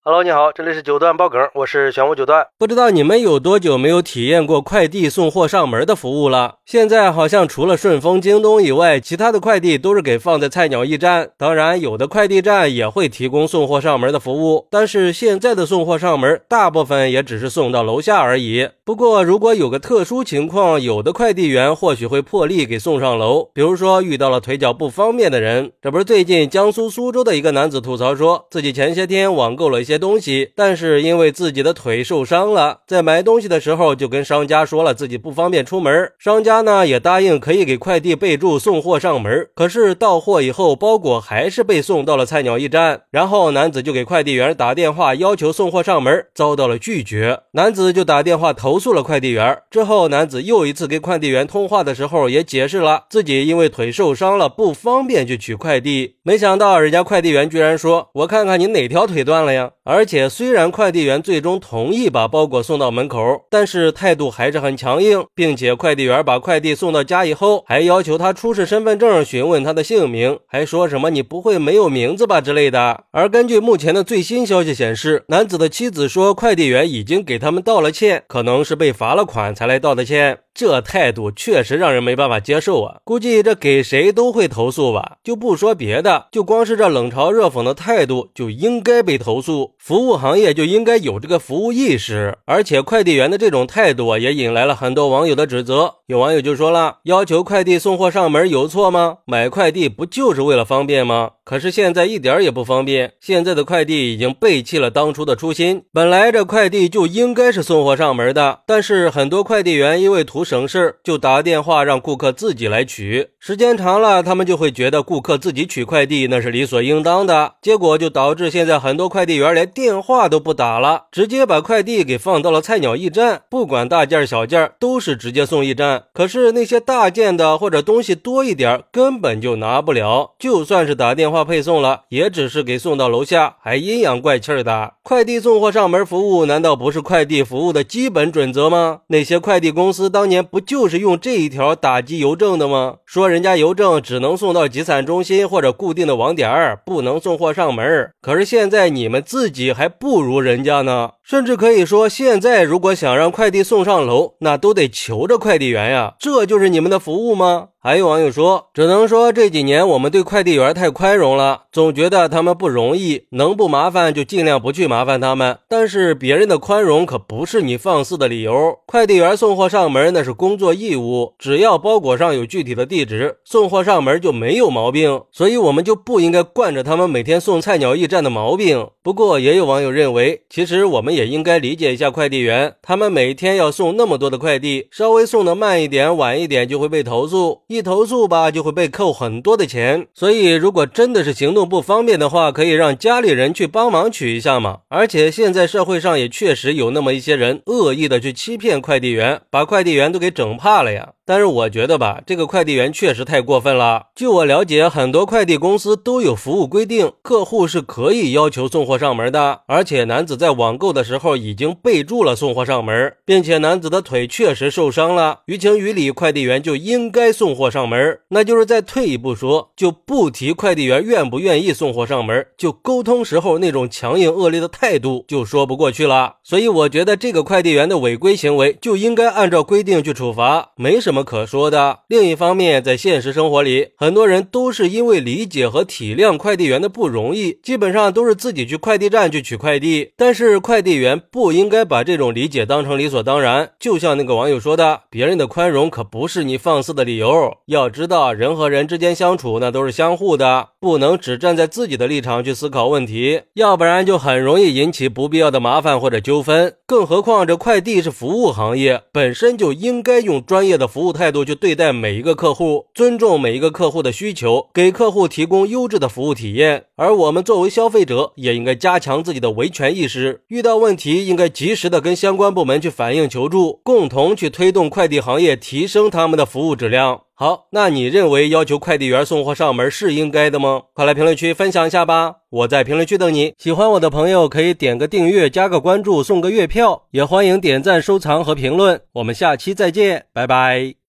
Hello， 你好，这里是九段爆梗，我是玄武九段。 不知道你们有多久没有体验过快递送货上门的服务了？现在好像除了顺丰、京东以外，其他的快递都是给放在菜鸟驿站。当然，有的快递站也会提供送货上门的服务，但是现在的送货上门大部分也只是送到楼下而已。不过，如果有个特殊情况，有的快递员或许会破例给送上楼，比如说遇到了腿脚不方便的人。这不是最近江苏苏州的一个男子吐槽说，自己前些天网购了一些东西，但是因为自己的腿受伤了，在买东西的时候就跟商家说了自己不方便出门，商家呢也答应可以给快递备注送货上门，可是到货以后包裹还是被送到了菜鸟驿站，然后男子就给快递员打电话要求送货上门，遭到了拒绝，男子就打电话投诉了快递员。之后男子又一次跟快递员通话的时候也解释了自己因为腿受伤了不方便去取快递，没想到人家快递员居然说，我看看你哪条腿断了呀。而且虽然快递员最终同意把包裹送到门口，但是态度还是很强硬，并且快递员把快递送到家以后还要求他出示身份证询问他的姓名，还说什么你不会没有名字吧之类的。而根据目前的最新消息显示，男子的妻子说快递员已经给他们道了歉，可能是被罚了款才来道的歉。这态度确实让人没办法接受啊，估计这给谁都会投诉吧。就不说别的，就光是这冷嘲热讽的态度就应该被投诉。服务行业就应该有这个服务意识，而且快递员的这种态度也引来了很多网友的指责。有网友就说了，要求快递送货上门有错吗？买快递不就是为了方便吗？可是现在一点也不方便，现在的快递已经背弃了当初的初心，本来这快递就应该是送货上门的，但是很多快递员因为图省事，就打电话让顾客自己来取，时间长了他们就会觉得顾客自己取快递那是理所应当的，结果就导致现在很多快递员连电话都不打了，直接把快递给放到了菜鸟驿站，不管大件小件都是直接送驿站。可是那些大件的或者东西多一点根本就拿不了，就算是打电话配送了，也只是给送到楼下，还阴阳怪气的。快递送货上门服务难道不是快递服务的基本准则吗？那些快递公司当年不就是用这一条打击邮政的吗？说人家邮政只能送到集散中心或者固定的网点，不能送货上门。可是现在你们自己还不如人家呢，甚至可以说现在如果想让快递送上楼，那都得求着快递员呀，这就是你们的服务吗？还有网友说，只能说这几年我们对快递员太宽容了，总觉得他们不容易，能不麻烦就尽量不去麻烦他们，但是别人的宽容可不是你放肆的理由。快递员送货上门那是工作义务，只要包裹上有具体的地址，送货上门就没有毛病，所以我们就不应该惯着他们每天送菜鸟驿站的毛病。不过也有网友认为，其实我们也应该理解一下快递员，他们每天要送那么多的快递，稍微送的慢一点晚一点就会被投诉，一投诉吧就会被扣很多的钱，所以如果真的是行动不方便的话，可以让家里人去帮忙取一下嘛。而且现在社会上也确实有那么一些人恶意的去欺骗快递员，把快递员都给整怕了呀。但是我觉得吧，这个快递员确实太过分了。据我了解，很多快递公司都有服务规定，客户是可以要求送货上门的，而且男子在网购的时候已经备注了送货上门，并且男子的腿确实受伤了，于情于理快递员就应该送货上门。那就是再退一步说，就不提快递员愿不愿意送货上门，就沟通时候那种强硬恶劣的态度就说不过去了。所以我觉得这个快递员的违规行为就应该按照规定去处罚，没什么可说的。另一方面，在现实生活里，很多人都是因为理解和体谅快递员的不容易，基本上都是自己去快递站去取快递，但是快递员不应该把这种理解当成理所当然。就像那个网友说的，别人的宽容可不是你放肆的理由，要知道人和人之间相处那都是相互的，不能只站在自己的立场去思考问题，要不然就很容易引起不必要的麻烦或者纠纷。更何况这快递是服务行业，本身就应该用专业的服务态度去对待每一个客户，尊重每一个客户的需求，给客户提供优质的服务体验。而我们作为消费者也应该加强自己的维权意识，遇到问题应该及时的跟相关部门去反映求助，共同去推动快递行业提升他们的服务质量。好，那你认为要求快递员送货上门是应该的吗？快来评论区分享一下吧，我在评论区等你。喜欢我的朋友可以点个订阅，加个关注，送个月票，也欢迎点赞、收藏和评论。我们下期再见，拜拜。